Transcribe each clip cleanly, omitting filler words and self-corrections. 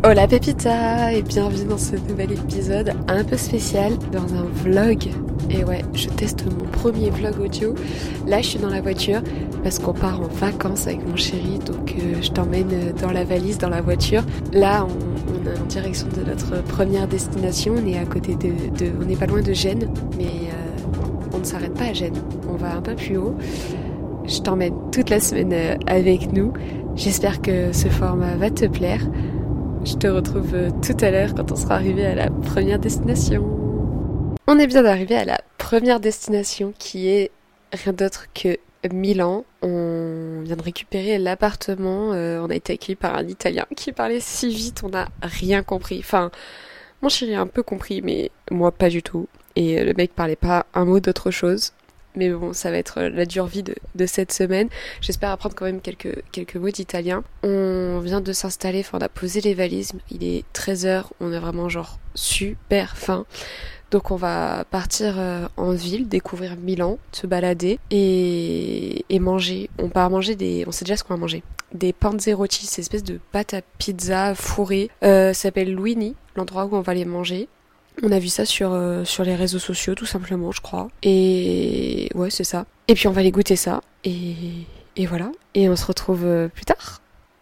Hola Pépita et bienvenue dans ce nouvel épisode un peu spécial dans un vlog. Et ouais, je teste mon premier vlog audio. Là je suis dans la voiture parce qu'on part en vacances avec mon chéri, donc je t'emmène dans la valise, dans la voiture. Là on est en direction de notre première destination, on est à côté on n'est pas loin de Gênes, mais on ne s'arrête pas à Gênes, on va un peu plus haut. Je t'emmène toute la semaine avec nous, j'espère que ce format va te plaire. Je te retrouve tout à l'heure quand on sera arrivé à la première destination. On est bien arrivé à la première destination qui est rien d'autre que Milan. On vient de récupérer l'appartement. On a été accueillis par un Italien qui parlait si vite, on n'a rien compris. Enfin, mon chéri a un peu compris, mais moi pas du tout. Et le mec parlait pas un mot d'autre chose. Mais bon, ça va être la dure vie de cette semaine. J'espère apprendre quand même quelques mots d'italien. On vient de s'installer, enfin on a posé les valises. Il est 13h, on a vraiment genre super faim. Donc on va partir en ville, découvrir Milan, se balader et manger. On part manger on sait déjà ce qu'on va manger. Des panzerotti, c'est une espèce de pâte à pizza fourrée. Ça s'appelle Luini, l'endroit où on va les manger. On a vu ça sur les réseaux sociaux, tout simplement, je crois. Et ouais, c'est ça. Et puis on va aller goûter ça. Et voilà. Et on se retrouve plus tard.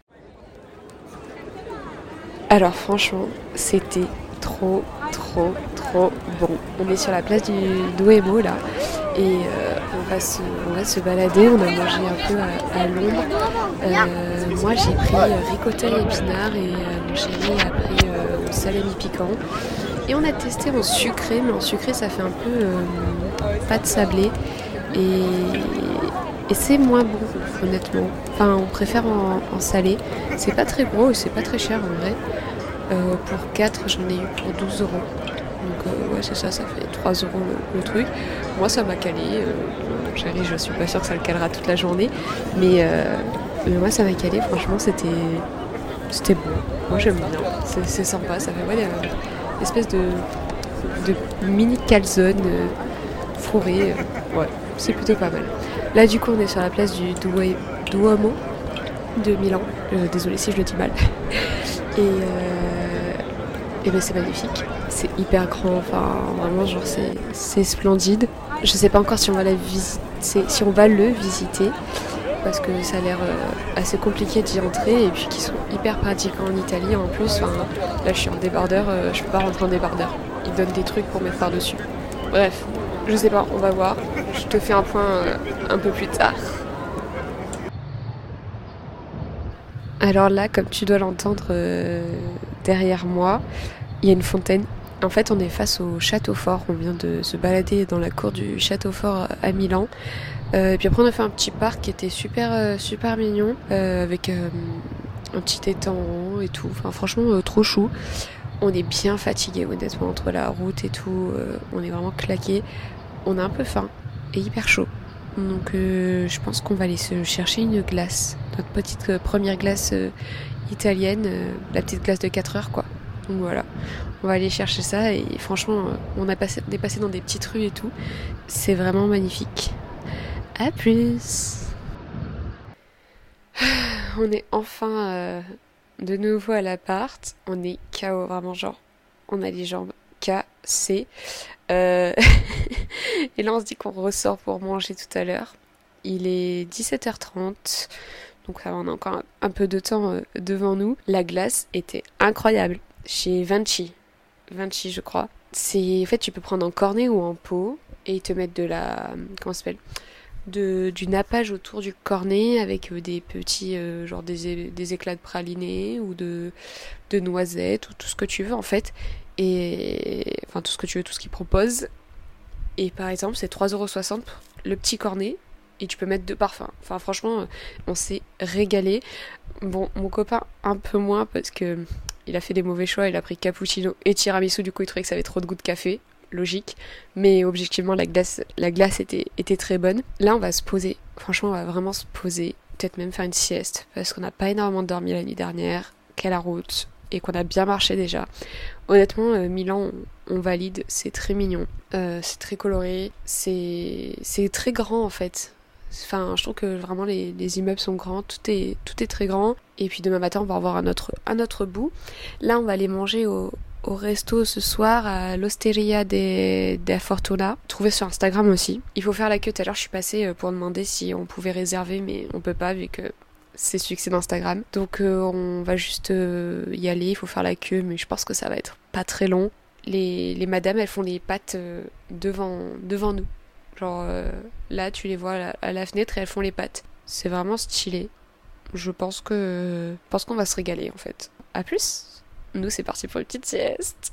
Alors franchement, c'était trop bon. On est sur la place du Duomo là. Et on va se balader. On a mangé un peu à Londres. Moi j'ai pris ricotta et épinards et mon chéri a pris salami piquant. Et on a testé en sucré, mais en sucré ça fait un peu pâte sablée et c'est moins bon honnêtement. Enfin on préfère en salé. C'est pas très gros et c'est pas très cher en vrai. Pour 4 j'en ai eu pour 12 euros. Donc ouais c'est ça fait 3 euros le truc. Moi ça m'a calé. Chérie je suis pas sûre que ça le calera toute la journée. Mais moi ça m'a calé, franchement c'était bon. Moi j'aime bien. C'est sympa, ça fait espèce de mini calzone fourrée. Ouais, c'est plutôt pas mal. Là du coup on est sur la place du Duomo de Milan. Désolée si je le dis mal. Et ben c'est magnifique. C'est hyper grand, enfin vraiment genre c'est splendide. Je sais pas encore si on va si on va le visiter. Parce que ça a l'air assez compliqué d'y entrer et puis qu'ils sont hyper pratiquants en Italie en plus. Enfin, là je suis en débardeur, je peux pas rentrer en débardeur. Ils donnent des trucs pour mettre par-dessus. Bref, je sais pas, on va voir. Je te fais un point un peu plus tard. Alors là, comme tu dois l'entendre derrière moi, il y a une fontaine. En fait, on est face au château fort. On vient de se balader dans la cour du château fort à Milan. Et puis après on a fait un petit parc qui était super mignon avec un petit étang et tout. Enfin franchement trop chou. On est bien fatigué honnêtement entre la route et tout. On est vraiment claqué. On a un peu faim et hyper chaud. Donc je pense qu'on va aller se chercher une glace. Notre petite première glace italienne. La petite glace de 4 heures quoi. Donc voilà. On va aller chercher ça et franchement on est passé dans des petites rues et tout. C'est vraiment magnifique. À plus. On est enfin de nouveau à l'appart. On est KO, vraiment genre. On a les jambes cassées. Et là on se dit qu'on ressort pour manger tout à l'heure. Il est 17h30. Donc on a encore un peu de temps devant nous. La glace était incroyable. Chez Vinci je crois. En fait tu peux prendre en cornet ou en pot. Et ils te mettent de la... Comment ça s'appelle ? Du nappage autour du cornet avec des petits genre des éclats de praliné ou de noisettes ou tout ce que tu veux en fait, et enfin tout ce que tu veux, tout ce qu'ils proposent. Et par exemple c'est 3,60€ le petit cornet et tu peux mettre 2 parfums. Enfin franchement on s'est régalé. Bon, mon copain un peu moins parce que il a fait des mauvais choix, il a pris cappuccino et tiramisu, du coup il trouvait que ça avait trop de goût de café. Logique, mais objectivement la glace était très bonne. Là on va se poser, franchement on va vraiment se poser, peut-être même faire une sieste parce qu'on n'a pas énormément dormi la nuit dernière, qu'à la route et qu'on a bien marché déjà. Honnêtement Milan on valide, c'est très mignon, c'est très coloré, c'est très grand en fait. Enfin je trouve que vraiment les immeubles sont grands, tout est très grand. Et puis demain matin, on va revoir un autre bout. Là, on va aller manger au resto ce soir à l'Osteria de Fortuna, trouvé sur Instagram aussi. Il faut faire la queue. Tout à l'heure, je suis passée pour demander si on pouvait réserver, mais on peut pas vu que c'est succès d'Instagram. Donc on va juste y aller, il faut faire la queue, mais je pense que ça va être pas très long. Les madames, elles font les pâtes devant nous. Genre là, tu les vois à la fenêtre et elles font les pâtes. C'est vraiment stylé. Je pense qu'on va se régaler en fait. À plus. Nous, c'est parti pour une petite sieste.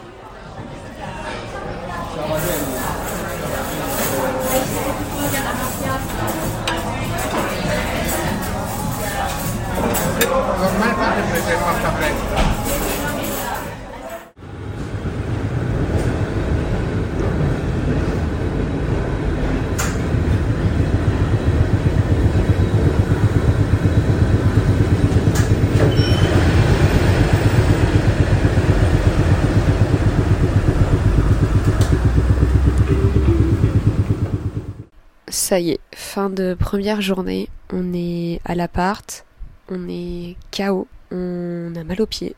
Ça y est, fin de première journée, on est à l'appart, on est KO, on a mal aux pieds.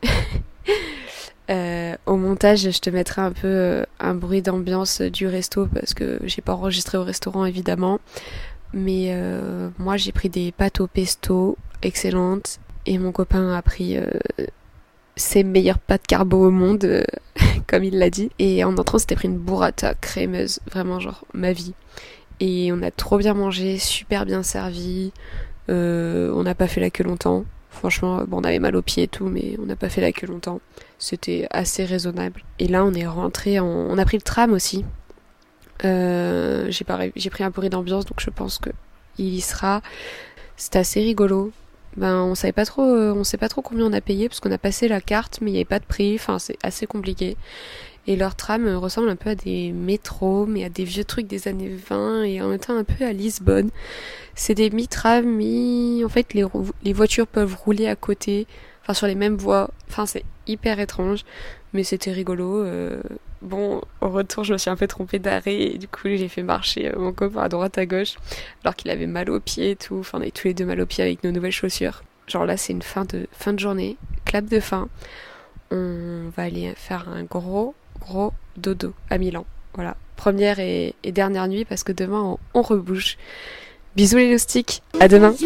Au montage, je te mettrai un peu un bruit d'ambiance du resto parce que j'ai pas enregistré au restaurant évidemment. Mais moi j'ai pris des pâtes au pesto excellentes et mon copain a pris ses meilleures pâtes carbo au monde, comme il l'a dit. Et en entrant, on s'était pris une burrata crémeuse, vraiment genre ma vie. Et on a trop bien mangé, super bien servi. On n'a pas fait la queue longtemps. Franchement, bon, on avait mal aux pieds et tout, mais on n'a pas fait la queue longtemps. C'était assez raisonnable. Et là, on est rentré on a pris le tram aussi. J'ai pris un pourri d'ambiance, donc je pense que il y sera. C'était assez rigolo. Ben, on sait pas trop combien on a payé parce qu'on a passé la carte, mais il n'y avait pas de prix. Enfin, c'est assez compliqué. Et leur tram ressemble un peu à des métros, mais à des vieux trucs des années 20 et en même temps un peu à Lisbonne. C'est des mi-trams, en fait, les voitures peuvent rouler à côté, enfin sur les mêmes voies. Enfin, c'est hyper étrange, mais c'était rigolo. Bon, au retour, je me suis un peu trompée d'arrêt et du coup, j'ai fait marcher mon copain à droite à gauche, alors qu'il avait mal aux pieds et tout. Enfin, on avait tous les deux mal aux pieds avec nos nouvelles chaussures. Genre là, c'est une fin de journée, clap de fin. On va aller faire un gros dodo à Milan. Voilà, première et dernière nuit parce que demain on rebouge. Bisous les loustiques, à demain.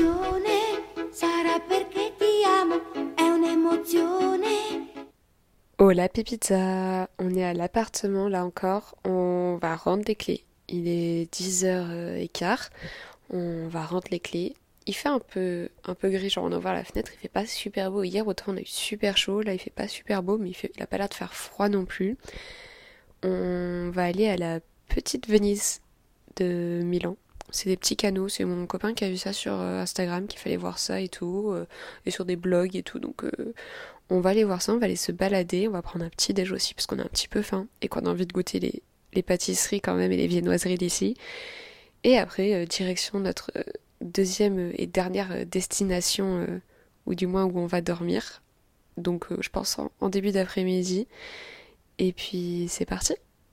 Hola Pépita, on est à l'appartement là encore, on va rendre les clés. Il est 10h15, on va rendre les clés. Il fait un peu gris, genre on a ouvert la fenêtre, il fait pas super beau. Hier autant on a eu super chaud, là il fait pas super beau, mais il a pas l'air de faire froid non plus. On va aller à la petite Venise de Milan. C'est des petits canaux, c'est mon copain qui a vu ça sur Instagram, qu'il fallait voir ça et tout, et sur des blogs et tout, donc on va aller voir ça, on va aller se balader, on va prendre un petit déj aussi parce qu'on a un petit peu faim et qu'on a envie de goûter les pâtisseries quand même et les viennoiseries d'ici. Et après, direction notre deuxième et dernière destination, ou du moins où on va dormir. Donc je pense en début d'après-midi. Et puis c'est parti.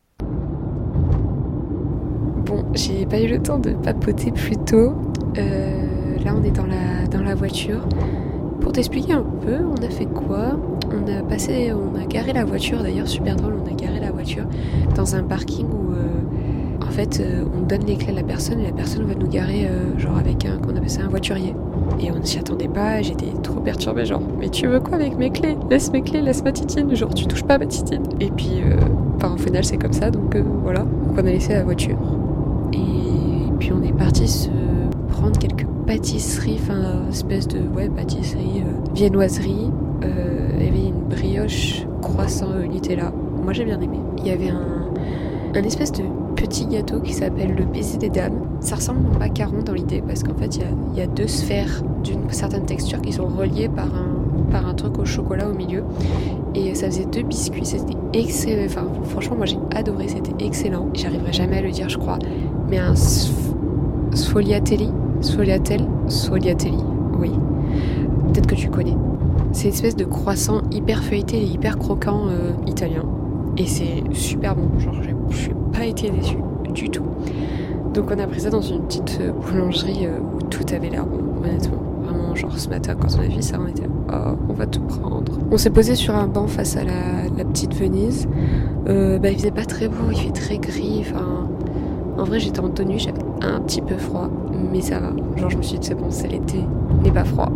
Bon, j'ai pas eu le temps de papoter plus tôt. Là on est dans la voiture. Pour t'expliquer un peu, on a fait quoi ? On a garé la voiture, d'ailleurs super drôle, on a garé la voiture dans un parking où en fait on donne les clés à la personne et la personne va nous garer genre avec qu'on appelle ça un voiturier. Et on ne s'y attendait pas, j'étais trop perturbée, genre mais tu veux quoi avec mes clés ? Laisse mes clés, laisse ma titine, genre tu touches pas à ma titine. Et puis au final c'est comme ça, donc voilà. Donc on a laissé la voiture. Et puis on est parti se prendre quelques pâtisseries, enfin espèce de pâtisserie, viennoiserie. Il y avait une brioche croissant Nutella. Moi j'ai bien aimé. Il y avait un espèce de petit gâteau qui s'appelle le baiser des dames. Ça ressemble au macaron dans l'idée parce qu'en fait il y a deux sphères d'une certaine texture qui sont reliées par un truc au chocolat au milieu. Et ça faisait 2 biscuits, c'était excellent. Enfin franchement moi j'ai adoré, c'était excellent. J'arriverai jamais à le dire je crois. Mais un sfogliatelli, oui. Peut-être que tu connais. C'est une espèce de croissant hyper feuilleté et hyper croquant italien. Et c'est super bon, genre je suis pas été déçue du tout. Donc on a pris ça dans une petite boulangerie où tout avait l'air bon, honnêtement. Vraiment vraiment genre ce matin quand on a vu ça, on était oh, on va tout prendre. On s'est posé sur un banc face à la petite Venise. Il faisait pas très beau, il fait très gris, enfin... En vrai j'étais en tenue, j'avais un petit peu froid, mais ça va. Genre je me suis dit c'est bon, c'est l'été, n'est pas froid.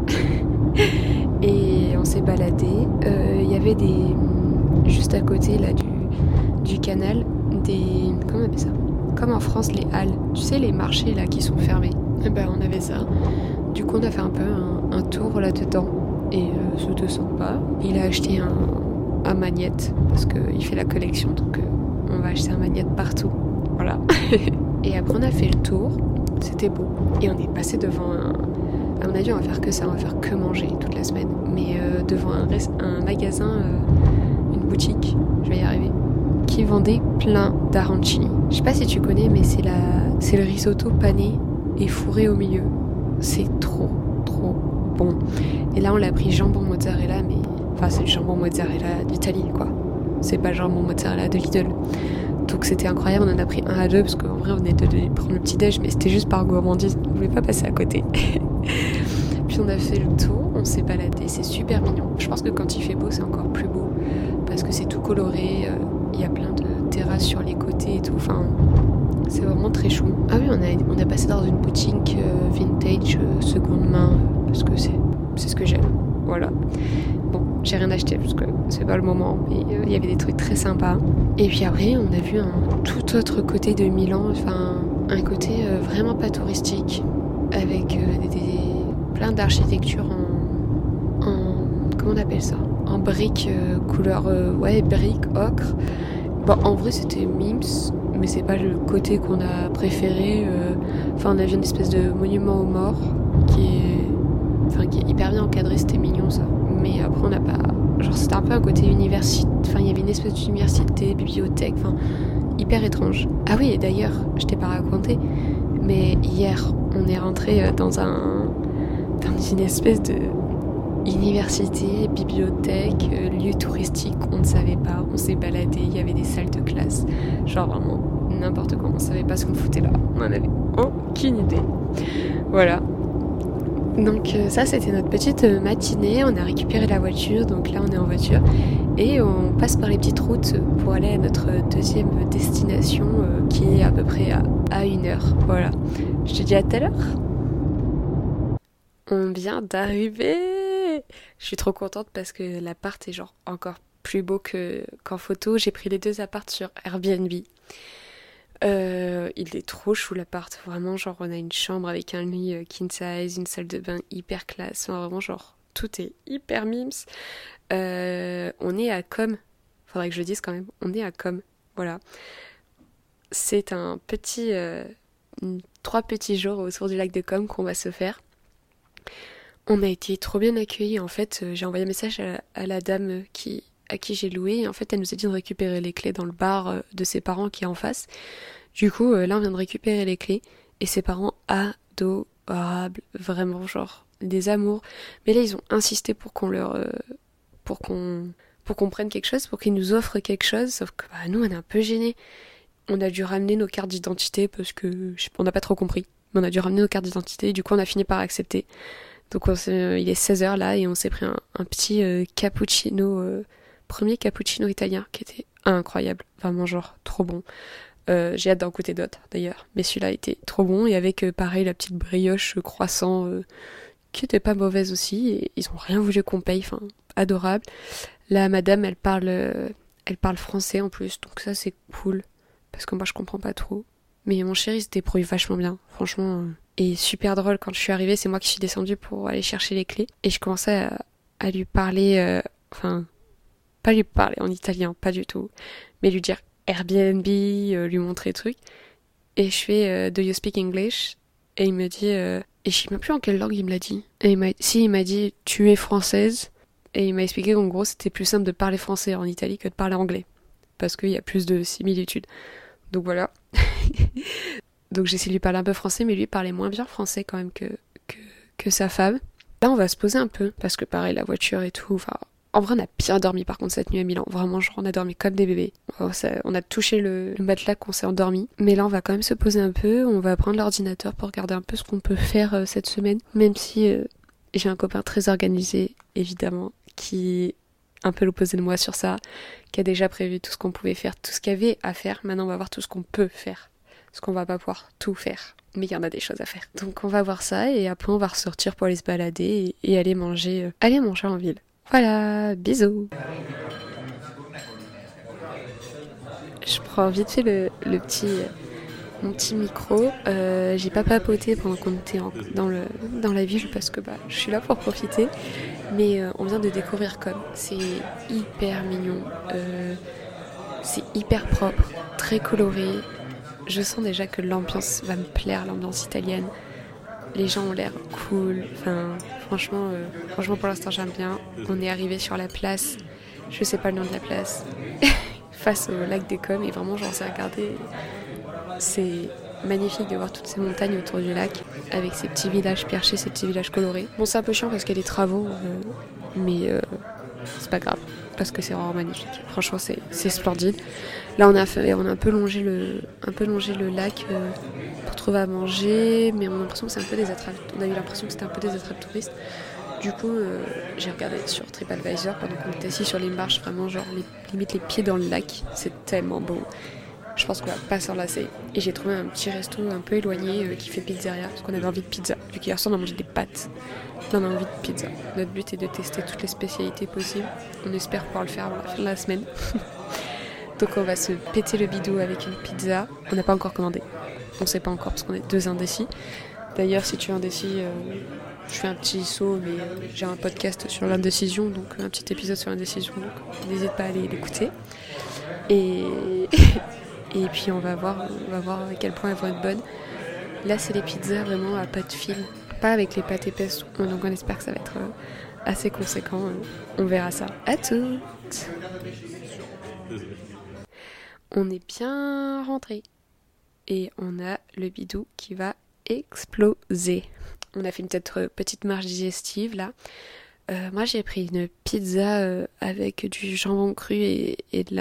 Et on s'est baladé. Il y avait juste à côté là du canal, comment on appelle ça ? Comme en France les halles, tu sais les marchés là qui sont fermés. Et on avait ça. Du coup on a fait un peu un tour là-dedans et c'était sympa. Il a acheté un magnète parce qu'il fait la collection, donc on va acheter un magnète partout. Voilà. Et après on a fait le tour, c'était beau. Et on est passé devant à mon avis on va faire que ça, on va faire que manger toute la semaine. Mais devant un magasin, une boutique, je vais y arriver, qui vendait plein d'arancini. Je sais pas si tu connais mais c'est le risotto pané et fourré au milieu. C'est trop bon. Et là on l'a pris jambon mozzarella, mais... Enfin c'est le jambon mozzarella d'Italie quoi. C'est pas le jambon mozzarella de Lidl. Donc c'était incroyable, on en a pris un à deux parce qu'en vrai on était de prendre le petit déj, mais c'était juste par gourmandise, on voulait pas passer à côté. Puis on a fait le tour, on s'est baladé, c'est super mignon. Je pense que quand il fait beau c'est encore plus beau parce que c'est tout coloré, il y a plein de terrasses sur les côtés et tout, enfin c'est vraiment très chou. Ah oui, on a passé dans une boutique vintage seconde main parce que c'est ce que j'aime, voilà. Bon, j'ai rien acheté parce que c'est pas le moment, mais il y avait des trucs très sympas. Et puis après, on a vu un tout autre côté de Milan, enfin un côté vraiment pas touristique, avec plein d'architecture en comment on appelle ça ? En briques couleur briques ocre. Bon, en vrai c'était mimes, mais c'est pas le côté qu'on a préféré. Enfin, on a vu une espèce de monument aux morts qui est hyper bien encadré, c'était mignon ça. Mais après on n'a pas... Genre c'était un peu un côté université, enfin il y avait une espèce d'université, bibliothèque, enfin hyper étrange. Ah oui, et d'ailleurs, je t'ai pas raconté, mais hier on est rentré dans une espèce de université, bibliothèque, lieu touristique, on ne savait pas, on s'est baladé, il y avait des salles de classe, genre vraiment n'importe quoi, on savait pas ce qu'on foutait là, on en avait aucune idée. Voilà. Donc ça c'était notre petite matinée, on a récupéré la voiture, donc là on est en voiture et on passe par les petites routes pour aller à notre deuxième destination qui est à peu près à 1 heure, voilà. Je te dis à tout à l'heure. On vient d'arriver. Je suis trop contente parce que l'appart est genre encore plus beau qu'en photo. J'ai pris les 2 apparts sur Airbnb. Il est trop chou l'appart, vraiment genre on a une chambre avec un lit king size, une salle de bain hyper classe, enfin, vraiment genre tout est hyper mimes. On est à Com, faudrait que je le dise quand même, on est à Com, voilà. C'est un petit 3 petits jours autour du lac de Com qu'on va se faire. On a été trop bien accueillis en fait, j'ai envoyé un message à la dame à qui j'ai loué, et en fait elle nous a dit de récupérer les clés dans le bar de ses parents qui est en face. Du coup là on vient de récupérer les clés et ses parents adorables, vraiment genre des amours. Mais là ils ont insisté pour qu'on prenne quelque chose, pour qu'ils nous offrent quelque chose, sauf que nous on est un peu gênés. On a dû ramener nos cartes d'identité parce que je sais pas, on n'a pas trop compris, mais on a dû ramener nos cartes d'identité, du coup on a fini par accepter. Donc il est 16h là et on s'est pris un petit cappuccino, premier cappuccino italien qui était incroyable, vraiment genre trop bon. J'ai hâte d'en goûter d'autres d'ailleurs, mais celui-là était trop bon et avec pareil la petite brioche croissant qui était pas mauvaise aussi et ils ont rien voulu qu'on paye, enfin adorable. La madame elle parle français en plus, donc ça c'est cool parce que moi je comprends pas trop. Mais mon chéri se débrouille vachement bien, franchement. Et super drôle, quand je suis arrivée, c'est moi qui suis descendue pour aller chercher les clés. Et je commençais à lui parler, pas lui parler en italien, pas du tout. Mais lui dire Airbnb, lui montrer trucs. Et je fais Do you speak English? Et il me dit, et je sais même plus en quelle langue il me l'a dit. Et il m'a dit tu es française. Et il m'a expliqué qu'en gros c'était plus simple de parler français en Italie que de parler anglais. Parce qu'il y a plus de similitudes. Donc voilà. Donc j'ai essayé de lui parler un peu français, mais lui parlait moins bien français quand même que sa femme. Là on va se poser un peu, parce que pareil la voiture et tout, enfin... En vrai on a bien dormi par contre cette nuit à Milan, vraiment genre on a dormi comme des bébés. On a touché le matelas qu'on s'est endormi. Mais là on va quand même se poser un peu, on va prendre l'ordinateur pour regarder un peu ce qu'on peut faire cette semaine. Même si J'ai un copain très organisé, évidemment, qui est un peu l'opposé de moi sur ça, qui a déjà prévu tout ce qu'on pouvait faire, tout ce qu'il y avait à faire. Maintenant, on va voir tout ce qu'on peut faire, parce qu'on va pas pouvoir tout faire. Mais il y en a des choses à faire. Donc on va voir ça et après on va ressortir pour aller se balader et aller manger en ville. Voilà, bisous. Je prends vite fait mon petit micro. J'ai pas papoté pendant qu'on était dans la ville parce que je suis là pour profiter. Mais on vient de découvrir Com. C'est hyper mignon. C'est hyper propre, très coloré. Je sens déjà que l'ambiance va me plaire, l'ambiance italienne. Les gens ont l'air cool. Enfin, franchement, pour l'instant, j'aime bien. On est arrivé sur la place. Je sais pas le nom de la place. Face au lac des Coms. Et vraiment, j'en sais regarder. C'est magnifique de voir toutes ces montagnes autour du lac. Avec ces petits villages perchés, ces petits villages colorés. Bon, c'est un peu chiant parce qu'il y a des travaux. Mais c'est pas grave. Parce que c'est vraiment magnifique. Franchement, c'est splendide. Là, on a un peu longé le lac pour trouver à manger, mais on a l'impression que c'est un peu des attrapes. On a eu l'impression que c'était un peu des attrapes touristes. Du coup, j'ai regardé sur TripAdvisor pendant qu'on était assis sur les marches, vraiment genre limite les pieds dans le lac. C'est tellement beau. Je pense qu'on va pas s'enlacer. Et j'ai trouvé un petit resto un peu éloigné qui fait pizzeria, parce qu'on avait envie de pizza. Vu qu'hier soir on a mangé des pâtes, là on a envie de pizza. Notre but est de tester toutes les spécialités possibles. On espère pouvoir le faire avant la fin de la semaine. Donc on va se péter le bidou avec une pizza. On n'a pas encore commandé. On sait pas encore parce qu'on est 2 indécis. D'ailleurs, si tu es indécis, je fais un petit saut, mais j'ai un podcast sur l'indécision, donc un petit épisode sur l'indécision, donc n'hésite pas à aller l'écouter. Et puis on va voir à quel point elles vont être bonnes. Là, c'est les pizzas vraiment à pâte fine, pas avec les pâtes épaisses, donc on espère que ça va être assez conséquent. On verra ça. À toutes. On est bien rentré et on a le bidou qui va exploser. On a fait une petite marche digestive là. Moi j'ai pris une pizza avec du jambon cru et de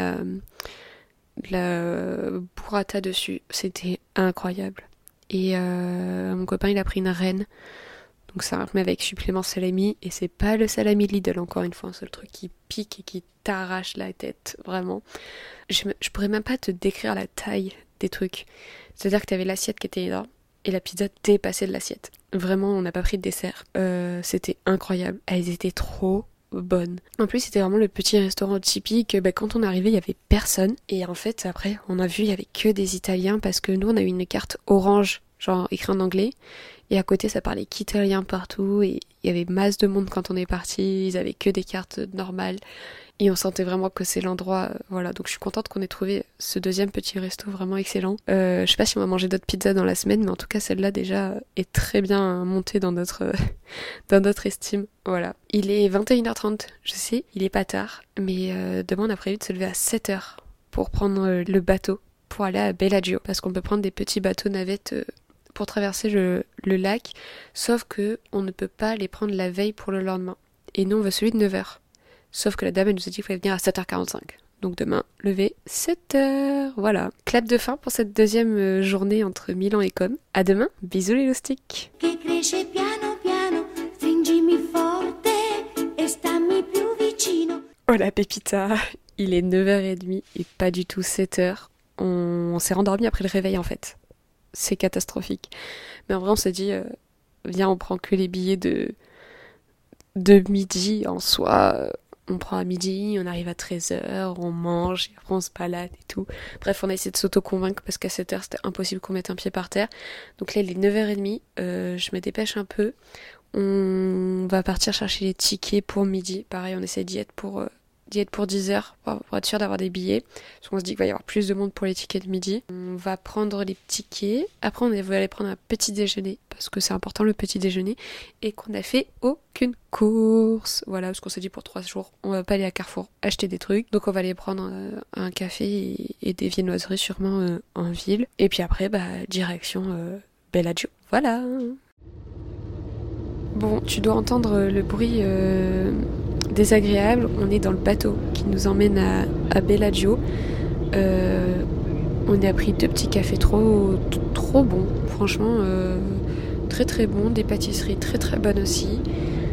la burrata dessus. C'était incroyable. Et mon copain il a pris une reine. Donc ça mais avec supplément salami. Et c'est pas le salami Lidl encore une fois. C'est le truc qui pique et qui t'arrache la tête. Vraiment. Je pourrais même pas te décrire la taille des trucs. C'est-à-dire que t'avais l'assiette qui était énorme. Et la pizza dépassait de l'assiette. Vraiment, on n'a pas pris de dessert. C'était incroyable. Elles étaient trop bonnes. En plus, c'était vraiment le petit restaurant typique. Quand on est arrivé, il y avait personne. Et en fait, après, on a vu, il y avait que des Italiens parce que nous, on a eu une carte orange, genre écrit en anglais. Et à côté, ça parlait qu'italien partout. Et il y avait masse de monde quand on est parti. Ils avaient que des cartes normales. Et on sentait vraiment que c'est l'endroit, voilà. Donc je suis contente qu'on ait trouvé ce deuxième petit resto vraiment excellent. Je sais pas si on va manger d'autres pizzas dans la semaine, mais en tout cas celle-là déjà est très bien montée dans notre estime. Voilà. Il est 21h30, je sais, il est pas tard, mais demain on a prévu de se lever à 7h pour prendre le bateau pour aller à Bellagio, parce qu'on peut prendre des petits bateaux navettes pour traverser le lac, sauf que on ne peut pas les prendre la veille pour le lendemain. Et nous on veut celui de 9h. Sauf que la dame, elle nous a dit qu'il fallait venir à 7h45. Donc demain, lever 7h. Voilà. Clap de fin pour cette deuxième journée entre Milan et Com. À demain. Bisous les loustiques. Oh la pépita. Il est 9h30 et pas du tout 7h. On s'est rendormi après le réveil en fait. C'est catastrophique. Mais en vrai, on s'est dit, viens, on prend que les billets de midi en soi. On prend à midi, on arrive à 13h, on mange, et après on se balade et tout. Bref, on a essayé de s'auto-convaincre parce qu'à 7h, c'était impossible qu'on mette un pied par terre. Donc là, il est 9h30, je me dépêche un peu. On va partir chercher les tickets pour midi. Pareil, on essaie d'y être pour 10h, pour être sûr d'avoir des billets. Parce qu'on se dit qu'il va y avoir plus de monde pour les tickets de midi. On va prendre les tickets. Après, on va aller prendre un petit déjeuner, parce que c'est important le petit déjeuner, et qu'on n'a fait aucune course. Voilà, parce qu'on s'est dit pour 3 jours, on va pas aller à Carrefour acheter des trucs. Donc on va aller prendre un café et des viennoiseries sûrement en ville. Et puis après, direction Bellagio. Voilà. Bon, tu dois entendre le bruit désagréable. On est dans le bateau qui nous emmène à Bellagio. On a pris 2 petits cafés trop bons, franchement très très bons, des pâtisseries très très bonnes aussi.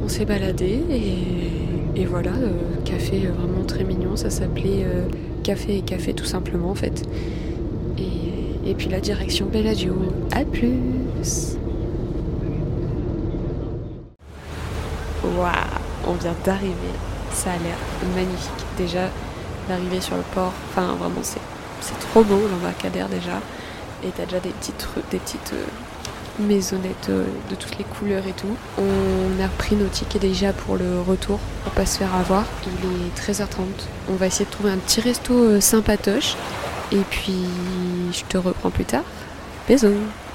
s'est baladé et voilà, café vraiment très mignon, ça s'appelait Café et Café tout simplement en fait. Et puis la direction Bellagio. À plus. Waouh, on vient d'arriver, ça a l'air magnifique. Déjà, l'arrivée sur le port, enfin vraiment c'est trop beau l'embarcadère déjà. Et t'as déjà des petites maisonnettes de toutes les couleurs et tout. On a repris nos tickets déjà pour le retour, pour pas se faire avoir. Il est 13h30. On va essayer de trouver un petit resto sympatoche. Et puis, je te reprends plus tard. Bisous.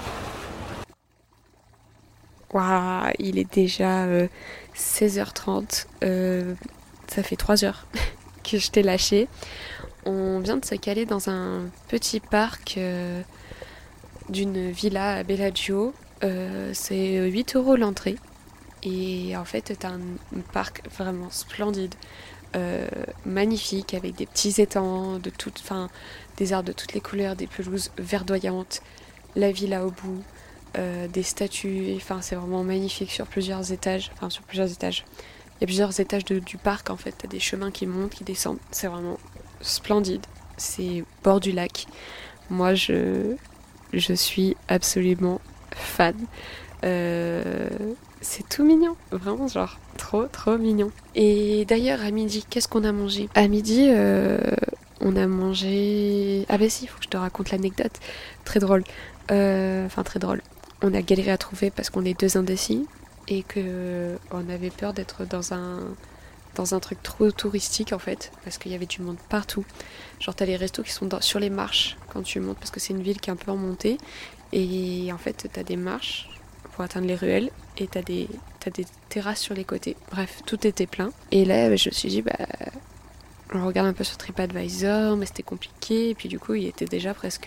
Waouh, il est déjà 16h30. Ça fait 3 heures que je t'ai lâché. On vient de se caler dans un petit parc d'une villa à Bellagio. C'est 8 € l'entrée. Et en fait, t'as un parc vraiment splendide, magnifique, avec des petits étangs, des arbres de toutes les couleurs, des pelouses verdoyantes, la villa au bout, des statues. Enfin, c'est vraiment magnifique sur plusieurs étages. Enfin, sur plusieurs étages. Il y a plusieurs étages du parc, en fait. T'as des chemins qui montent, qui descendent. C'est vraiment splendide. C'est bord du lac. Moi, je suis absolument fan. C'est tout mignon, vraiment genre trop mignon. Et d'ailleurs à midi, qu'est-ce qu'on a mangé? À midi, on a mangé... Ah bah si, il faut que je te raconte l'anecdote. Très drôle. Très drôle. On a galéré à trouver parce qu'on est 2 indécis et que on avait peur d'être dans un truc trop touristique en fait, parce qu'il y avait du monde partout. Genre t'as les restos qui sont sur les marches quand tu montes, parce que c'est une ville qui est un peu en montée, et en fait t'as des marches pour atteindre les ruelles, et t'as des terrasses sur les côtés. Bref, tout était plein. Et là je me suis dit, on regarde un peu sur TripAdvisor, mais c'était compliqué, et puis du coup il était déjà presque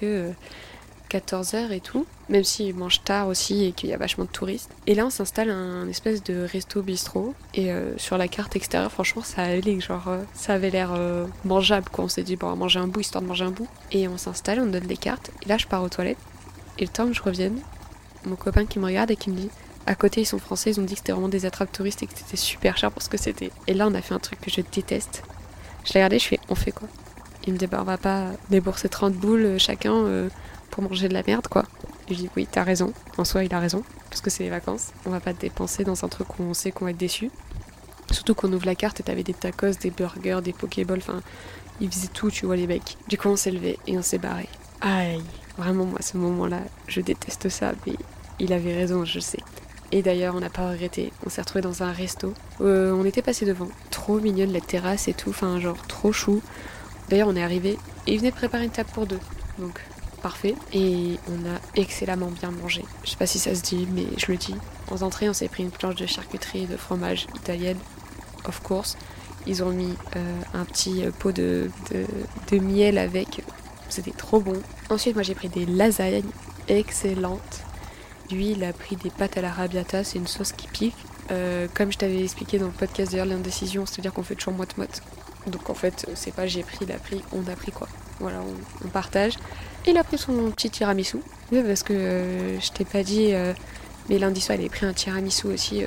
14h et tout, même s'ils mangent tard aussi et qu'il y a vachement de touristes. Et là on s'installe un espèce de resto bistrot, et sur la carte extérieure franchement ça allait, ça avait l'air mangeable quoi. On s'est dit bon, on va manger un bout histoire de manger un bout, et on s'installe, on donne des cartes, et là je pars aux toilettes, et le temps que je revienne, mon copain qui me regarde et qui me dit, à côté ils sont français, ils ont dit que c'était vraiment des attrapes touristes et que c'était super cher pour ce que c'était. Et là on a fait un truc que je déteste. Je l'ai regardé, je fais on fait quoi? Il me dit on va pas débourser 30 boules chacun pour manger de la merde quoi. Et je dis oui, t'as raison. En soi il a raison, parce que c'est les vacances, on va pas dépenser dans un truc où on sait qu'on va être déçu. Surtout qu'on ouvre la carte et t'avais des tacos, des burgers, des pokéballs, enfin ils faisaient tout, tu vois les mecs. Du coup on s'est levé et on s'est barré. Aïe, vraiment moi ce moment là je déteste ça, mais il avait raison, je sais. Et d'ailleurs on n'a pas regretté, on s'est retrouvé dans un resto, on était passé devant, trop mignonne la terrasse et tout, enfin genre trop chou. D'ailleurs on est arrivé et ils venaient de préparer une table pour 2, donc parfait. Et on a excellemment bien mangé, je sais pas si ça se dit mais je le dis. En entrée on s'est pris une planche de charcuterie et de fromage italienne, of course. Ils ont mis un petit pot de miel avec, c'était trop bon. Ensuite moi j'ai pris des lasagnes excellentes. Lui, il a pris des pâtes à l'arrabbiata, c'est une sauce qui pique. Comme je t'avais expliqué dans le podcast d'ailleurs, l'indécision, c'est-à-dire qu'on fait toujours moite-moite. Donc en fait, c'est pas j'ai pris, il a pris, on a pris quoi. Voilà, on partage. Il a pris son petit tiramisu. Oui, parce que je t'ai pas dit, mais lundi soir, il avait pris un tiramisu aussi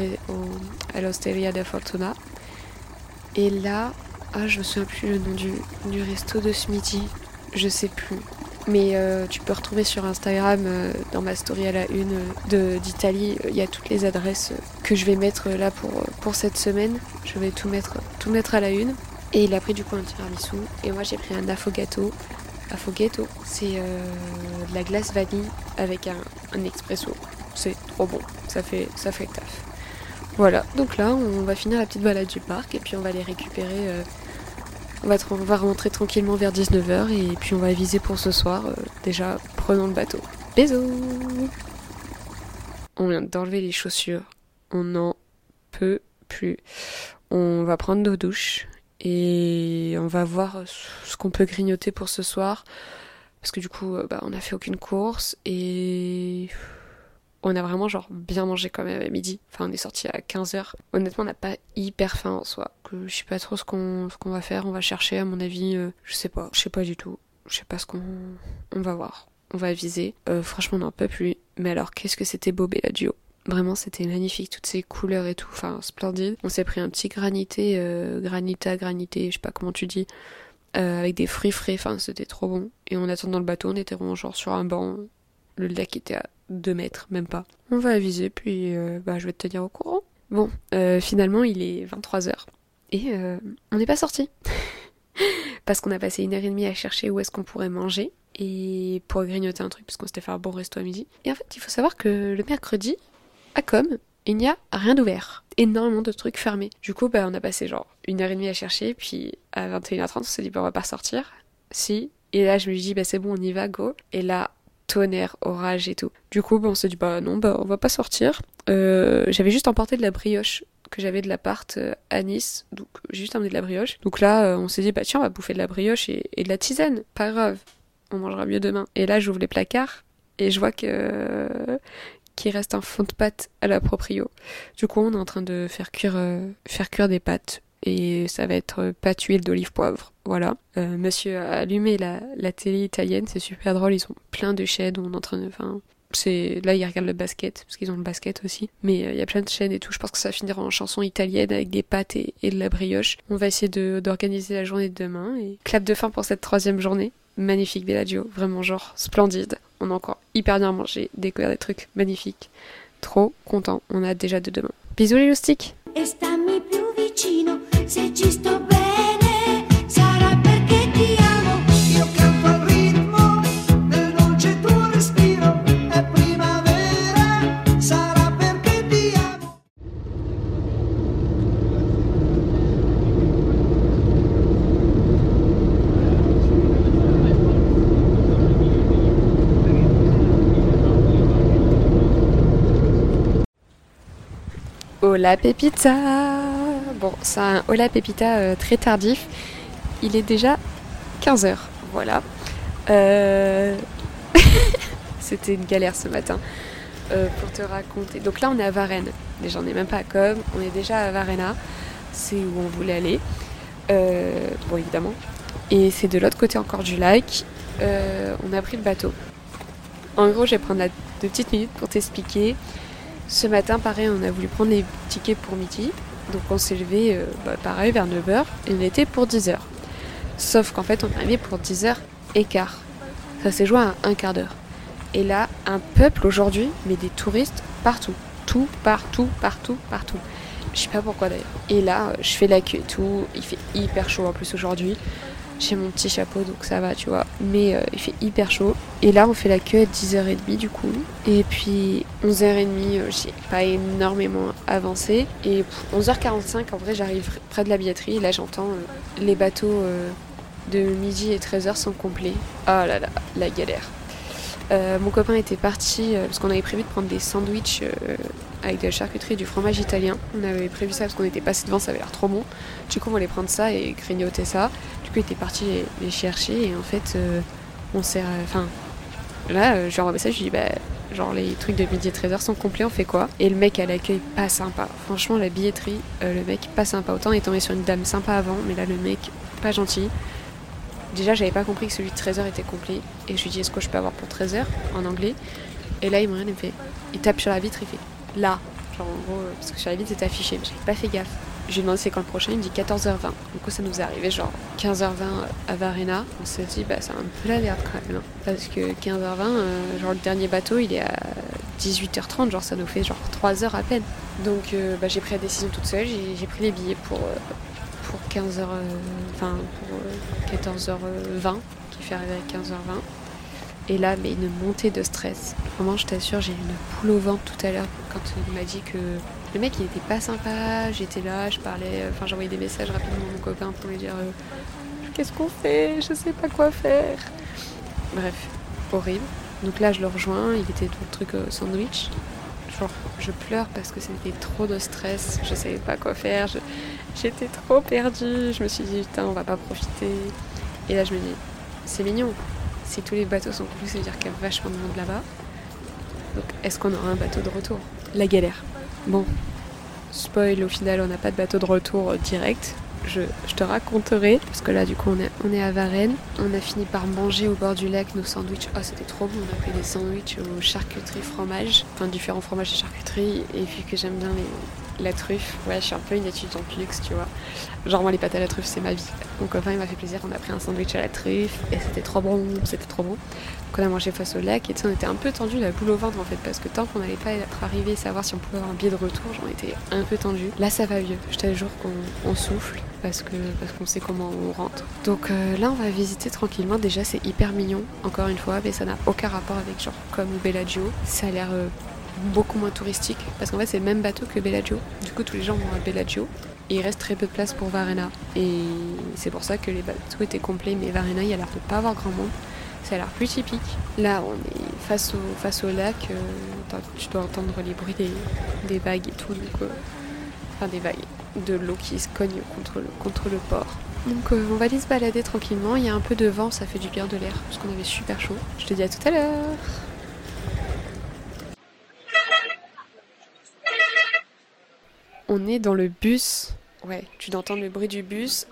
à l'Osteria de Fortuna. Et là, je me souviens plus le nom du resto de ce midi. Je sais plus. Mais tu peux retrouver sur Instagram, dans ma story à la une d'Italie, il y a toutes les adresses que je vais mettre là pour cette semaine. Je vais tout mettre à la une. Et il a pris du coup un tiramisu. Et moi j'ai pris un affogato. Affogato, c'est de la glace vanille avec un expresso. C'est trop bon, ça fait le taf. Voilà, donc là on va finir la petite balade du parc et puis on va les récupérer. On va rentrer tranquillement vers 19h et puis on va viser pour ce soir. Déjà, prenons le bateau. Bisous. On vient d'enlever les chaussures. On n'en peut plus. On va prendre nos douches et on va voir ce qu'on peut grignoter pour ce soir. Parce que du coup, on n'a fait aucune course et... On a vraiment bien mangé quand même à midi. Enfin on est sorti à 15h. Honnêtement on n'a pas hyper faim en soi. Je sais pas trop ce qu'on va faire. On va chercher à mon avis. Je sais pas du tout. Je sais pas ce qu'on va voir. On va viser. Franchement on n'en peut plus. Mais alors qu'est-ce que c'était beau Bellagio. Vraiment, c'était magnifique, toutes ces couleurs et tout, enfin splendide. On s'est pris un petit granité, granité, je sais pas comment tu dis, avec des fruits frais, enfin c'était trop bon. Et en attendant le bateau, on était vraiment genre sur un banc. Le lac était à 2 mètres, même pas. On va aviser, puis je vais te tenir au courant. Bon, finalement il est 23h. Et on n'est pas sorti. Parce qu'on a passé 1h30 à chercher où est-ce qu'on pourrait manger. Et pour grignoter un truc, parce qu'on s'était fait un bon resto à midi. Et en fait, il faut savoir que le mercredi, à Com, il n'y a rien d'ouvert. Énormément de trucs fermés. Du coup, on a passé genre 1h30 à chercher, puis à 21h30, on s'est dit, on va pas sortir. Si. Et là, je me dis, c'est bon, on y va, go. Et là, tonnerre, orage et tout. Du coup, on s'est dit, non, on va pas sortir. J'avais juste emporté de la brioche que j'avais de l'appart à Nice, donc j'ai juste emmené de la brioche. Donc là, on s'est dit, tiens, on va bouffer de la brioche et de la tisane. Pas grave, on mangera mieux demain. Et là, j'ouvre les placards et je vois qu'il reste un fond de pâte à la proprio. Du coup, on est en train de faire cuire des pâtes. Et ça va être pâte, huile, d'olive, poivre. Voilà. Monsieur a allumé la télé italienne, c'est super drôle. Ils ont plein de chaînes. On est en train de... Là, ils regardent le basket, parce qu'ils ont le basket aussi. Mais il y a plein de chaînes et tout. Je pense que ça finira en chanson italienne avec des pâtes et de la brioche. On va essayer d'organiser la journée de demain. Et clap de fin pour cette 3e journée. Magnifique Bellagio, vraiment genre splendide. On a encore hyper bien mangé, découvert des trucs magnifiques. Trop content, on a déjà de demain. Bisous les loustiques. Stammi più vicino, se ci sto bene, sarà perché ti amo. Io canto al ritmo del dolce tuo respiro, è primavera, sarà perché ti amo. Hola Pepita. Bon, c'est un Hola Pepita très tardif. Il est déjà 15h, voilà. C'était une galère ce matin pour te raconter. Donc là, on est à Varennes. Déjà, on n'est même pas à Com, on est déjà à Varenna. C'est où on voulait aller. Bon, évidemment. Et c'est de l'autre côté encore du lac. On a pris le bateau. En gros, je vais prendre 2 petites minutes pour t'expliquer. Ce matin, pareil, on a voulu prendre les tickets pour midi. Donc on s'est levé, pareil, vers 9h. Et on était pour 10h. Sauf qu'en fait, on est arrivé pour 10h15. Ça s'est joué à un quart d'heure. Et là, un peuple aujourd'hui, mais des touristes partout. Tout, partout. Je sais pas pourquoi d'ailleurs. Et là, je fais la queue et tout. Il fait hyper chaud en plus aujourd'hui. J'ai mon petit chapeau donc ça va, tu vois. Mais il fait hyper chaud. Et là, on fait la queue à 10h30 du coup. Et puis 11h30, j'ai pas énormément avancé. Et 11h45, en vrai, j'arrive près de la billetterie. Et là, j'entends les bateaux de midi et 13h sont complets. Oh là là, la galère. Mon copain était parti parce qu'on avait prévu de prendre des sandwichs avec de la charcuterie et du fromage italien. On avait prévu ça parce qu'on était passé devant, ça avait l'air trop bon. Du coup, on allait prendre ça et grignoter ça. Du coup, il était parti les chercher et en fait, on s'est... là, je lui envoie un message, je lui dis, genre les trucs de midi et 13h sont complets, on fait quoi? Et le mec à l'accueil, pas sympa. Franchement, la billetterie, le mec, pas sympa. Autant on est tombé sur une dame sympa avant, mais là, le mec, pas gentil. Déjà, j'avais pas compris que celui de 13h était complet. Et je lui dis, est-ce que je peux avoir pour 13h en anglais? Et là, il me regarde et me fait, il tape sur la vitre, il fait, là. Genre, en gros, parce que sur la vitre, c'était affiché, mais j'avais pas fait gaffe. Je lui ai demandé c'est quand le prochain, il me dit 14h20. Du coup, ça nous est arrivé genre 15h20 à Varenna. On s'est dit, c'est un peu la merde quand même. Hein. Parce que 15h20, genre le dernier bateau, il est à 18h30. Genre, ça nous fait genre 3 heures à peine. Donc, j'ai pris la décision toute seule. J'ai pris les billets pour 15h, pour 14h20, qui fait arriver à 15h20. Et là, mais une montée de stress. Vraiment, je t'assure, j'ai eu une boule au ventre tout à l'heure quand il m'a dit que le mec, il était pas sympa. J'étais là, je parlais, j'envoyais des messages rapidement à mon copain pour lui dire qu'est-ce qu'on fait? Je sais pas quoi faire. Bref, horrible. Donc là, je le rejoins. Il était dans le truc sandwich. Genre, je pleure parce que c'était trop de stress. Je savais pas quoi faire. J'étais trop perdue. Je me suis dit, putain, on va pas profiter. Et là, je me dis, c'est mignon. Si tous les bateaux sont complets, ça veut dire qu'il y a vachement de monde là-bas. Donc, est-ce qu'on aura un bateau de retour? La galère. Bon, spoil, au final, on n'a pas de bateau de retour direct. je te raconterai. Parce que là, du coup, on est à Varennes. On a fini par manger au bord du lac nos sandwichs. Oh, c'était trop bon. On a pris des sandwichs aux charcuteries fromage. Enfin, différents fromages et charcuteries. Et puis que j'aime bien la truffe. Ouais, je suis un peu une étudiante luxe, tu vois. Genre, moi, les pâtes à la truffe, c'est ma vie. Mon copain, il m'a fait plaisir. On a pris un sandwich à la truffe. Et c'était trop bon. C'était trop bon. Donc, on a mangé face au lac. Et tu sais, on était un peu tendu la boule au ventre, en fait. Parce que tant qu'on n'allait pas être arrivé à savoir si on pouvait avoir un billet de retour, j'en étais un peu tendu. Là, ça va mieux. Je t'assure qu'on souffle. Parce qu'on sait comment on rentre. Donc là, on va visiter tranquillement. Déjà, c'est hyper mignon, encore une fois. Mais ça n'a aucun rapport avec genre comme Bellagio. Ça a l'air beaucoup moins touristique parce qu'en fait c'est le même bateau que Bellagio. Du coup tous les gens vont à Bellagio et il reste très peu de place pour Varena et c'est pour ça que les bateaux étaient complets, mais Varena il y a l'air de pas avoir grand monde, ça a l'air plus typique. Là on est face au lac, tu dois entendre les bruits des vagues et tout, donc, enfin des vagues, de l'eau qui se cogne contre le port. Donc on va aller se balader tranquillement, il y a un peu de vent, ça fait du bien de l'air parce qu'on avait super chaud. Je te dis à tout à l'heure. On est dans le bus. Ouais, tu dois entendre le bruit du bus.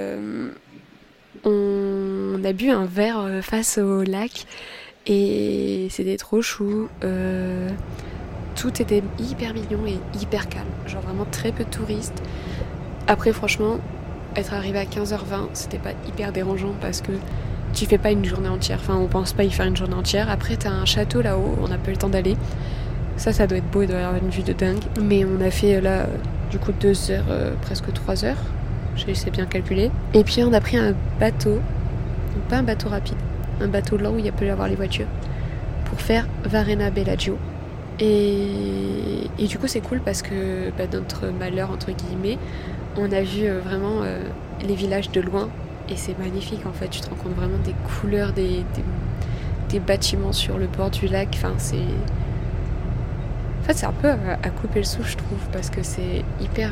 On a bu un verre face au lac et c'était trop chou. Tout était hyper mignon et hyper calme. Genre vraiment très peu de touristes. Après franchement, être arrivé à 15h20, c'était pas hyper dérangeant parce que tu fais pas une journée entière. Enfin, on pense pas y faire une journée entière. Après, t'as un château là-haut, on n'a pas eu le temps d'aller. Ça doit être beau, il doit y avoir une vue de dingue. Mais on a fait là, du coup, 2 heures, presque 3 heures. Je sais bien calculer. Et puis on a pris un bateau, donc pas un bateau rapide, un bateau lent où il peut y avoir les voitures, pour faire Varena Bellagio. Et du coup, c'est cool parce que notre malheur, entre guillemets, on a vu vraiment les villages de loin. Et c'est magnifique en fait, tu te rends compte vraiment des couleurs des bâtiments sur le bord du lac. Enfin, c'est. En fait, c'est un peu à couper le souffle, je trouve, parce que c'est hyper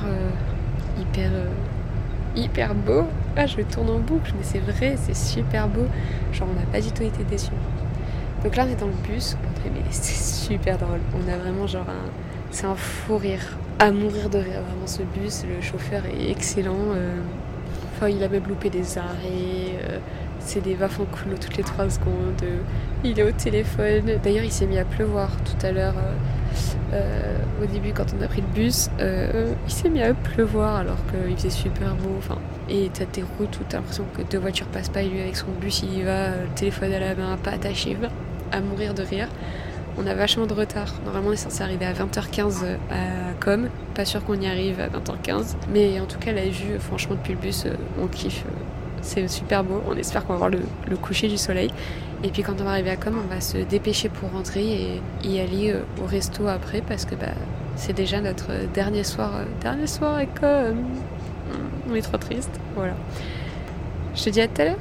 beau. Ah, je tourne en boucle, mais c'est vrai, c'est super beau. Genre, on n'a pas du tout été déçus. Donc là, on est dans le bus. Mais c'est super drôle. On a vraiment genre c'est un fou rire. À mourir de rire, vraiment, ce bus. Le chauffeur est excellent. Enfin, il a même loupé des arrêts. C'est des vafs en coulo toutes les 3 secondes. Il est au téléphone. D'ailleurs, il s'est mis à pleuvoir tout à l'heure. Au début, quand on a pris le bus, il s'est mis à pleuvoir alors qu'il faisait super beau. Enfin, et t'as des routes où t'as l'impression que 2 voitures passent pas et lui avec son bus il y va, le téléphone à la main, pas attaché, à mourir de rire. On a vachement de retard. Normalement, on est censé arriver à 20h15 à Com. Pas sûr qu'on y arrive à 20h15. Mais en tout cas, la vue, franchement, depuis le bus, on kiffe. C'est super beau. On espère qu'on va voir le coucher du soleil. Et puis quand on va arriver à Com, on va se dépêcher pour rentrer et y aller au resto après parce que c'est déjà notre dernier soir à Com. On est trop triste. Voilà. Je te dis à tout à l'heure.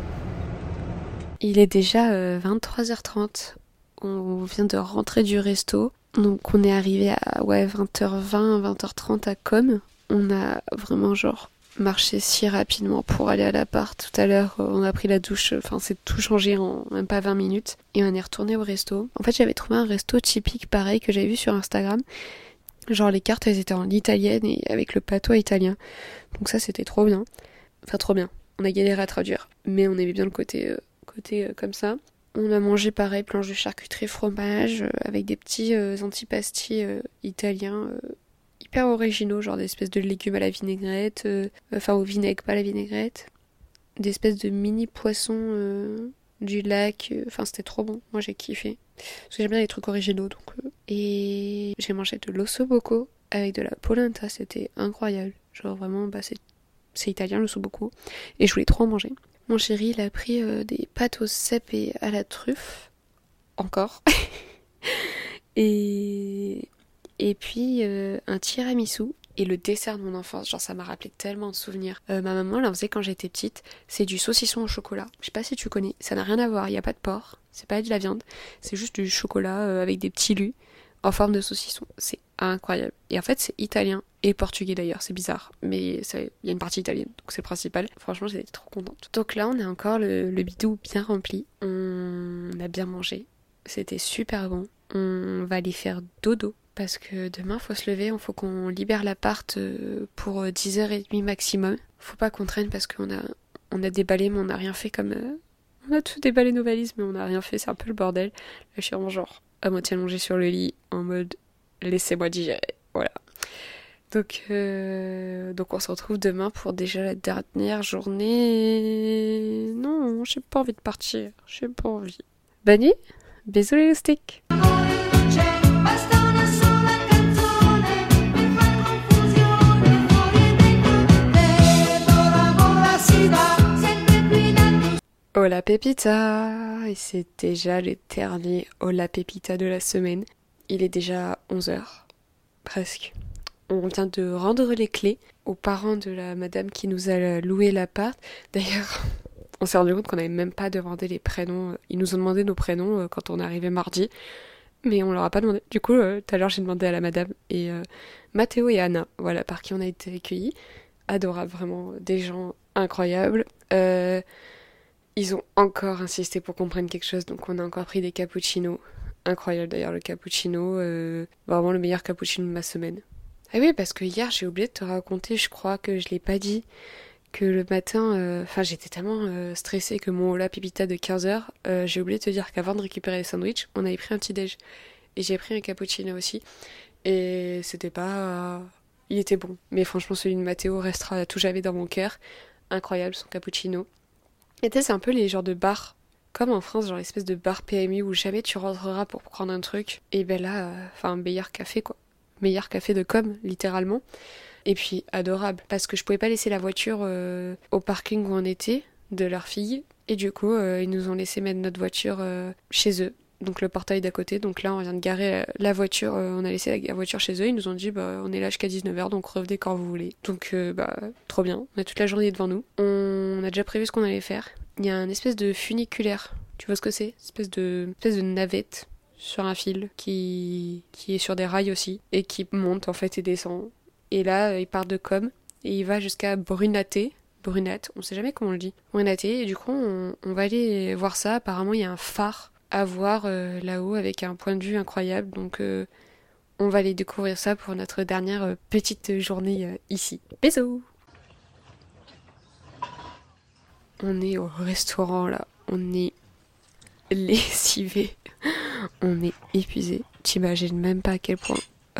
Il est déjà 23h30. On vient de rentrer du resto. Donc on est arrivé à 20h20, 20h30 à Com. On a vraiment genre marché si rapidement pour aller à l'appart. Tout à l'heure, on a pris la douche. Enfin, c'est tout changé en même pas 20 minutes. Et on est retourné au resto. En fait, j'avais trouvé un resto typique pareil que j'avais vu sur Instagram. Genre les cartes, elles étaient en italienne et avec le patois italien. Donc ça, c'était trop bien. Enfin, trop bien. On a galéré à traduire. Mais on aimait bien le côté comme ça. On a mangé pareil, planche de charcuterie, fromage, avec des petits antipastis italiens hyper originaux, genre des espèces de légumes à la vinaigrette, enfin au vinaigre, pas à la vinaigrette, des espèces de mini poissons du lac, enfin c'était trop bon, moi j'ai kiffé. Parce que j'aime bien les trucs originaux, donc. Et j'ai mangé de l'ossobuco avec de la polenta, c'était incroyable. Genre vraiment, c'est italien l'ossobuco, et je voulais trop en manger. Mon chéri, il a pris des pâtes au cèpe et à la truffe. Encore. et puis un tiramisu. Et le dessert de mon enfance, genre ça m'a rappelé tellement de souvenirs. Ma maman elle en faisait quand j'étais petite. C'est du saucisson au chocolat. Je sais pas si tu connais. Ça n'a rien à voir. Il n'y a pas de porc. C'est pas de la viande. C'est juste du chocolat avec des petits lus en forme de saucisson. C'est incroyable. Et en fait, c'est italien et portugais d'ailleurs. C'est bizarre. Mais il y a une partie italienne. Donc c'est le principal. Franchement, j'étais trop contente. Donc là, on a encore le bidou bien rempli. On a bien mangé. C'était super bon. On va aller faire dodo. Parce que demain, faut se lever. Il faut qu'on libère l'appart pour 10h30 maximum. faut pas qu'on traîne parce on a déballé mais on n'a rien fait comme... on a tout déballé nos valises mais on n'a rien fait, c'est un peu le bordel. Là je suis vraiment genre à moitié allongée sur le lit en mode laissez-moi digérer, voilà. Donc on se retrouve demain pour déjà la dernière journée. Non, j'ai pas envie de partir, j'ai pas envie. Bonne nuit, bisous les loustiques. Basta una sola canzone per far confusione fuori e dentro te. Bora bora si va sempre qui dal tuo. Hola Pepita. Et c'est déjà le dernier Hola Pepita de la semaine. Il est déjà 11h, presque. On vient de rendre les clés aux parents de la madame qui nous a loué l'appart. D'ailleurs, on s'est rendu compte qu'on n'avait même pas demandé les prénoms. Ils nous ont demandé nos prénoms quand on est arrivé mardi, mais on leur a pas demandé. Du coup, tout à l'heure, j'ai demandé à la madame et Mathéo et Anna, voilà, par qui on a été accueillis. Adorables, vraiment, des gens incroyables. Ils ont encore insisté pour qu'on prenne quelque chose, donc on a encore pris des cappuccinos. Incroyable d'ailleurs le cappuccino, vraiment le meilleur cappuccino de ma semaine. Ah oui, parce que hier j'ai oublié de te raconter, je crois que je l'ai pas dit, que le matin, j'étais tellement stressée que mon Hola Pepita de 15h, j'ai oublié de te dire qu'avant de récupérer les sandwichs, on avait pris un petit déj. Et j'ai pris un cappuccino aussi. Et c'était pas... il était bon. Mais franchement, celui de Mathéo restera à tout jamais dans mon cœur. Incroyable son cappuccino. Et tu sais, c'est un peu les genres de bars, comme en France, genre l'espèce de bar PMU où jamais tu rentreras pour prendre un truc. Et ben là, meilleur café quoi. Meilleur café de com, littéralement. Et puis adorable, parce que je pouvais pas laisser la voiture au parking où on était, de leur fille. Et du coup, ils nous ont laissé mettre notre voiture chez eux. Donc le portail d'à côté. Donc là, on vient de garer la voiture. On a laissé la voiture chez eux. Ils nous ont dit, on est là jusqu'à 19h, donc revenez quand vous voulez. Donc, trop bien. On a toute la journée devant nous. On a déjà prévu ce qu'on allait faire. Il y a un espèce de funiculaire. Tu vois ce que c'est ? Espèce de navette sur un fil qui est sur des rails aussi. Et qui monte en fait et descend. Et là, il part de Com. Et il va jusqu'à Brunaté. Brunette, on sait jamais comment on le dit. Brunaté. Et du coup, on va aller voir ça. Apparemment, il y a un phare à voir là-haut avec un point de vue incroyable. Donc on va aller découvrir ça pour notre dernière petite journée ici. Bisous. On est au restaurant là. On est lessivé. On est épuisé. T'imagines même pas à quel point.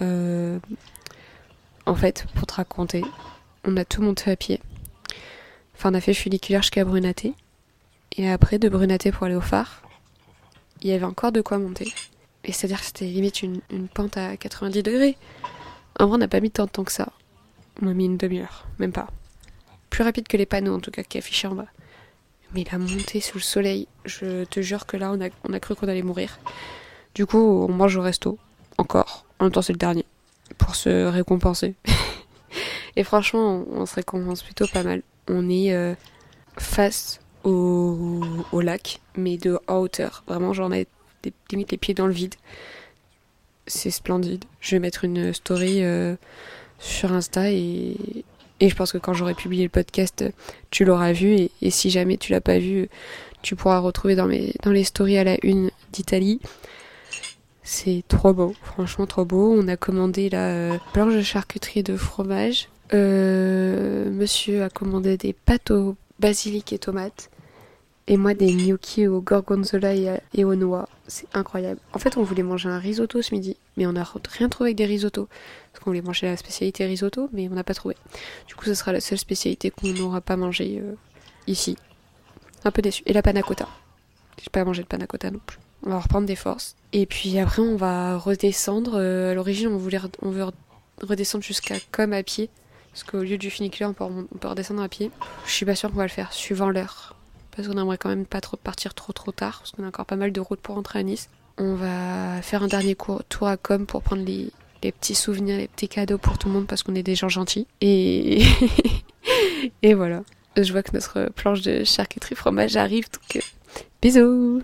En fait, pour te raconter, on a tout monté à pied. Enfin, on a fait funiculaire jusqu'à Brunaté. Et après, de Brunaté pour aller au phare, il y avait encore de quoi monter. Et c'est-à-dire que c'était limite une pente à 90 degrés. En vrai, on n'a pas mis tant de temps que ça. On a mis une demi-heure, même pas. Plus rapide que les panneaux, en tout cas, qui affichaient en bas. Mais la montée sous le soleil, je te jure que là, on a cru qu'on allait mourir. Du coup, on mange au resto. Encore. En même temps, c'est le dernier. Pour se récompenser. Et franchement, on se récompense plutôt pas mal. On est face au lac, mais de en hauteur. Vraiment, j'en ai limite les pieds dans le vide. C'est splendide. Je vais mettre une story sur Insta et je pense que quand j'aurai publié le podcast, tu l'auras vu. Et si jamais tu l'as pas vu, tu pourras retrouver dans les stories à la une d'Italie. C'est trop beau, franchement trop beau. On a commandé la planche de charcuterie et de fromage. Monsieur a commandé des pâtes au basilic et tomates. Et moi des gnocchis au gorgonzola et aux noix. C'est incroyable. En fait, on voulait manger un risotto ce midi, mais on n'a rien trouvé avec des risottos. Parce qu'on voulait manger la spécialité risotto, mais on n'a pas trouvé. Du coup, ce sera la seule spécialité qu'on n'aura pas mangée ici. Un peu déçu. Et la panna cotta. J'ai pas mangé de panna cotta non plus. On va reprendre des forces. Et puis après, on va redescendre. À l'origine, on veut redescendre jusqu'à Com à pied. Parce qu'au lieu du funiculaire, on peut redescendre à pied. Je suis pas sûre qu'on va le faire, suivant l'heure. Parce qu'on aimerait quand même pas trop partir trop tard. Parce qu'on a encore pas mal de routes pour rentrer à Nice. On va faire un dernier tour à Com pour prendre les petits souvenirs, les petits cadeaux pour tout le monde. Parce qu'on est des gens gentils. Et voilà. Je vois que notre planche de charcuterie fromage arrive. Donc bisous.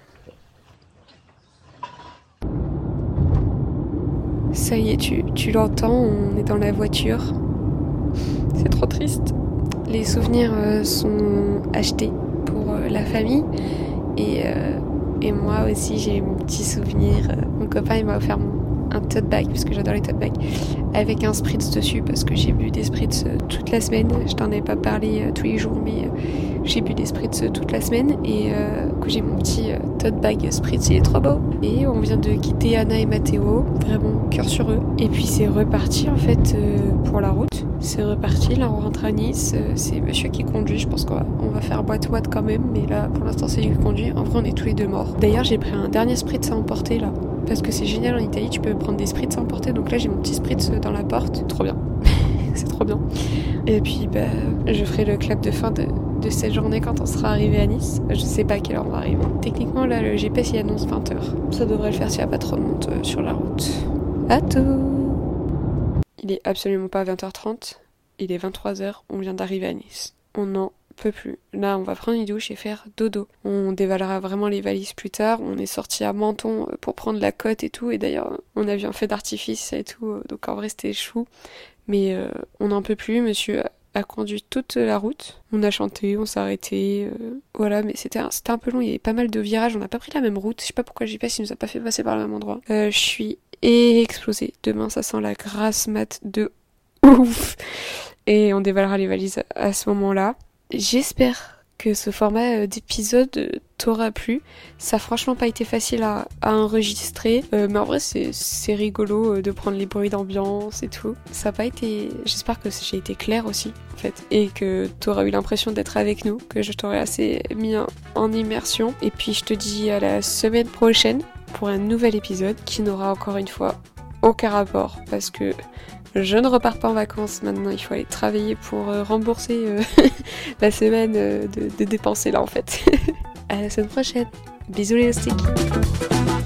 Ça y est, tu l'entends, on est dans la voiture. C'est trop triste. Les souvenirs sont achetés pour la famille. Et moi aussi, j'ai mon petit souvenir. Mon copain, il m'a offert un tote bag, parce que j'adore les tote bags, avec un spritz dessus, parce que j'ai bu des spritz toute la semaine. Je t'en ai pas parlé tous les jours, mais j'ai bu des spritz toute la semaine. Et que j'ai mon petit tote bag spritz, il est trop beau. Et on vient de quitter Anna et Mathéo, vraiment cœur sur eux. Et puis c'est reparti en fait pour la route. C'est reparti, là on rentre à Nice, c'est monsieur qui conduit, je pense qu'on va faire boîte-boîte quand même, mais là pour l'instant c'est lui qui conduit, en vrai on est tous les deux morts. D'ailleurs j'ai pris un dernier spritz à emporter là, parce que c'est génial en Italie, tu peux prendre des spritz à emporter, donc là j'ai mon petit spritz dans la porte, trop bien, c'est trop bien. Et puis je ferai le clap de fin de cette journée quand on sera arrivé à Nice, je sais pas à quelle heure on va arriver. Techniquement là le GPS il annonce 20h, ça devrait le faire s'il n'y a pas trop de monde sur la route. À tout. Il est absolument pas 20h30, il est 23h, on vient d'arriver à Nice. On n'en peut plus. Là, on va prendre une douche et faire dodo. On dévalera vraiment les valises plus tard. On est sorti à Menton pour prendre la côte et tout. Et d'ailleurs, on a vu un feu d'artifice et tout. Donc en vrai, c'était chou. Mais on n'en peut plus. Monsieur a conduit toute la route. On a chanté, on s'est arrêté. Voilà, mais c'était un peu long. Il y avait pas mal de virages. On n'a pas pris la même route. Je sais pas pourquoi le GPS il nous a pas fait passer par le même endroit. Je suis explosée. Demain, ça sent la grasse mat de ouf. Et on dévalera les valises à ce moment-là. J'espère que ce format d'épisode t'aura plu. Ça a franchement pas été facile à enregistrer. Mais en vrai, c'est rigolo de prendre les bruits d'ambiance et tout. Ça a pas été... J'espère que j'ai été claire aussi, en fait. Et que t'auras eu l'impression d'être avec nous. Que je t'aurai assez mis en immersion. Et puis, je te dis à la semaine prochaine pour un nouvel épisode qui n'aura encore une fois aucun rapport. Parce que je ne repars pas en vacances maintenant, il faut aller travailler pour rembourser la semaine de dépenser là en fait. À la semaine prochaine. Bisous les houstiques.